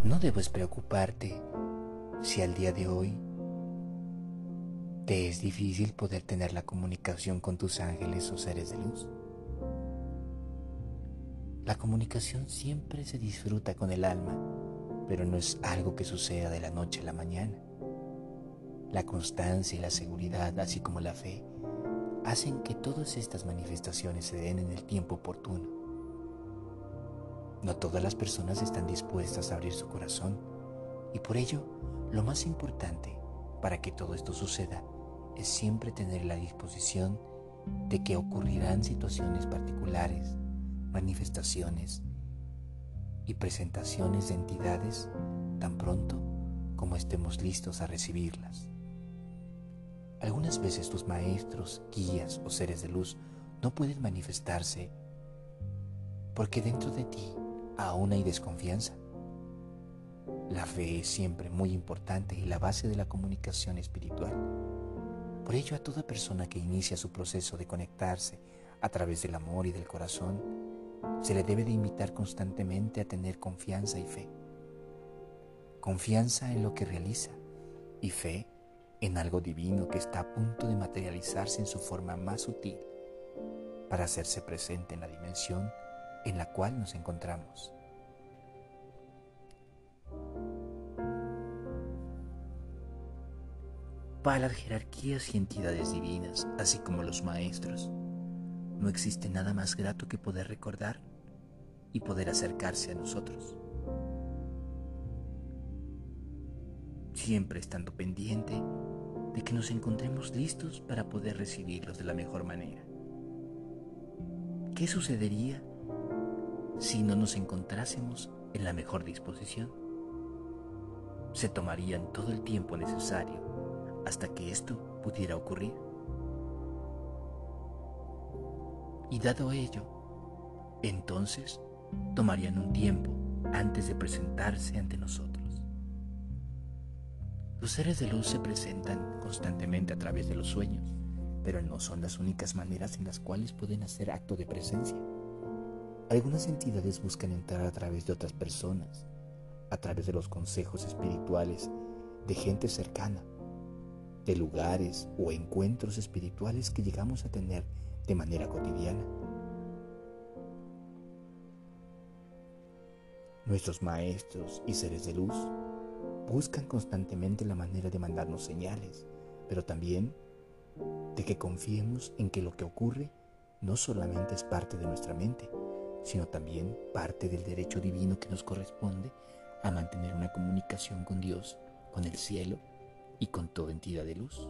No debes preocuparte si al día de hoy te es difícil poder tener la comunicación con tus ángeles o seres de luz. La comunicación siempre se disfruta con el alma, pero no es algo que suceda de la noche a la mañana. La constancia y la seguridad, así como la fe, hacen que todas estas manifestaciones se den en el tiempo oportuno. No todas las personas están dispuestas a abrir su corazón, y por ello, lo más importante para que todo esto suceda es siempre tener la disposición de que ocurrirán situaciones particulares, manifestaciones y presentaciones de entidades tan pronto como estemos listos a recibirlas. Algunas veces tus maestros, guías o seres de luz no pueden manifestarse porque dentro de ti aún hay desconfianza. La fe es siempre muy importante y la base de la comunicación espiritual. Por ello, a toda persona que inicia su proceso de conectarse a través del amor y del corazón, se le debe de invitar constantemente a tener confianza y fe. Confianza en lo que realiza y fe en algo divino que está a punto de materializarse en su forma más sutil para hacerse presente en la dimensión en la cual nos encontramos. Para las jerarquías y entidades divinas, así como los maestros, no existe nada más grato que poder recordar y poder acercarse a nosotros, siempre estando pendiente de que nos encontremos listos para poder recibirlos de la mejor manera. ¿Qué sucedería si no nos encontrásemos en la mejor disposición? Se tomarían todo el tiempo necesario hasta que esto pudiera ocurrir. Y dado ello, entonces tomarían un tiempo antes de presentarse ante nosotros. Los seres de luz se presentan constantemente a través de los sueños, pero no son las únicas maneras en las cuales pueden hacer acto de presencia. Algunas entidades buscan entrar a través de otras personas, a través de los consejos espirituales de gente cercana, de lugares o encuentros espirituales que llegamos a tener de manera cotidiana. Nuestros maestros y seres de luz buscan constantemente la manera de mandarnos señales, pero también de que confiemos en que lo que ocurre no solamente es parte de nuestra mente, sino también parte del derecho divino que nos corresponde a mantener una comunicación con Dios, con el cielo y con toda entidad de luz.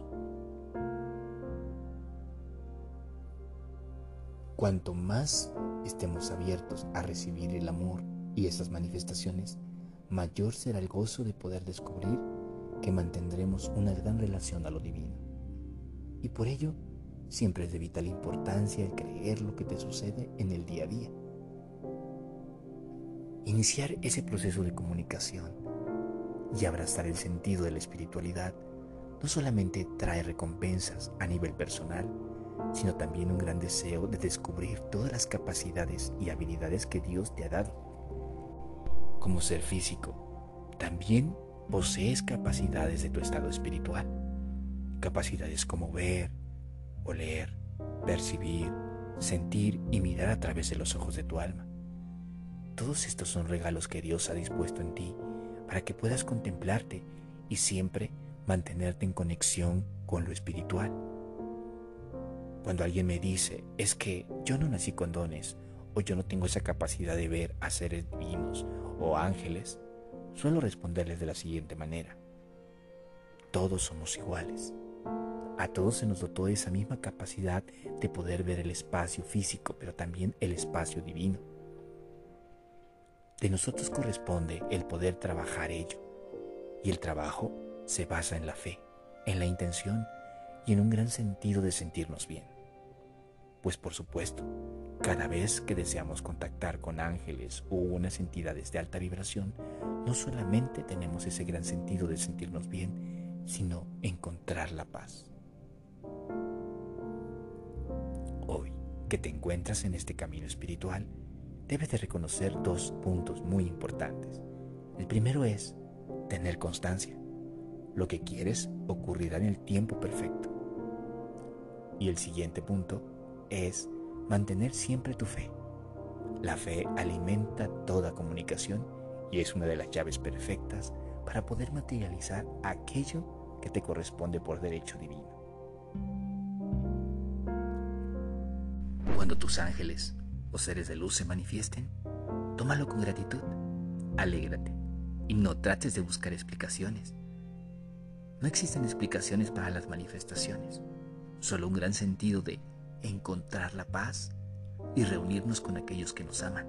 Cuanto más estemos abiertos a recibir el amor y esas manifestaciones, mayor será el gozo de poder descubrir que mantendremos una gran relación a lo divino. Y por ello, siempre es de vital importancia el creer lo que te sucede en el día a día. Iniciar ese proceso de comunicación y abrazar el sentido de la espiritualidad no solamente trae recompensas a nivel personal, sino también un gran deseo de descubrir todas las capacidades y habilidades que Dios te ha dado. Como ser físico, también posees capacidades de tu estado espiritual, capacidades como ver, oler, percibir, sentir y mirar a través de los ojos de tu alma. Todos estos son regalos que Dios ha dispuesto en ti para que puedas contemplarte y siempre mantenerte en conexión con lo espiritual. Cuando alguien me dice, es que yo no nací con dones, o yo no tengo esa capacidad de ver a seres divinos o ángeles, suelo responderles de la siguiente manera: todos somos iguales. A todos se nos dotó esa misma capacidad de poder ver el espacio físico, pero también el espacio divino. De nosotros corresponde el poder trabajar ello, y el trabajo se basa en la fe, en la intención y en un gran sentido de sentirnos bien. Pues por supuesto, cada vez que deseamos contactar con ángeles u unas entidades de alta vibración, no solamente tenemos ese gran sentido de sentirnos bien, sino encontrar la paz. Hoy que te encuentras en este camino espiritual, debes de reconocer dos puntos muy importantes. El primero es tener constancia. Lo que quieres ocurrirá en el tiempo perfecto. Y el siguiente punto es mantener siempre tu fe. La fe alimenta toda comunicación y es una de las llaves perfectas para poder materializar aquello que te corresponde por derecho divino. Cuando tus ángeles o seres de luz se manifiesten, tómalo con gratitud, alégrate y no trates de buscar explicaciones. No existen explicaciones para las manifestaciones, solo un gran sentido de encontrar la paz y reunirnos con aquellos que nos aman.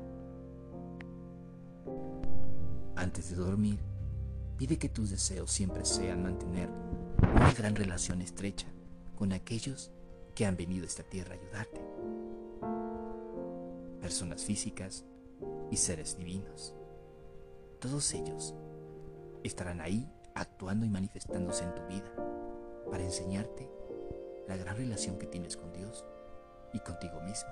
Antes de dormir, pide que tus deseos siempre sean mantener una gran relación estrecha con aquellos que han venido a esta tierra a ayudarte. Personas físicas y seres divinos. Todos ellos estarán ahí actuando y manifestándose en tu vida para enseñarte la gran relación que tienes con Dios y contigo mismo.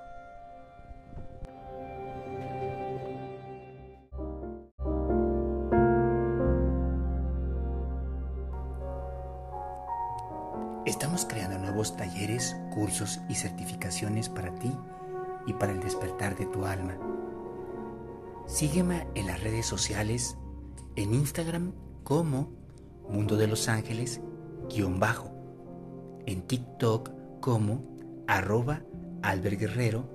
Estamos creando nuevos talleres, cursos y certificaciones para ti y para el despertar de tu alma. Sígueme en las redes sociales, en Instagram como Mundo de los Ángeles _, en TikTok como @alberguerrero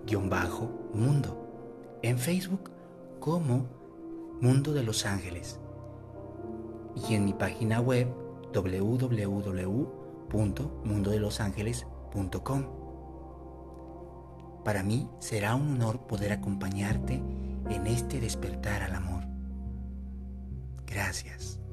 _mundo, en Facebook como Mundo de los Ángeles y en mi página web www.mundodelosangeles.com. Para mí será un honor poder acompañarte en este despertar al amor. Gracias.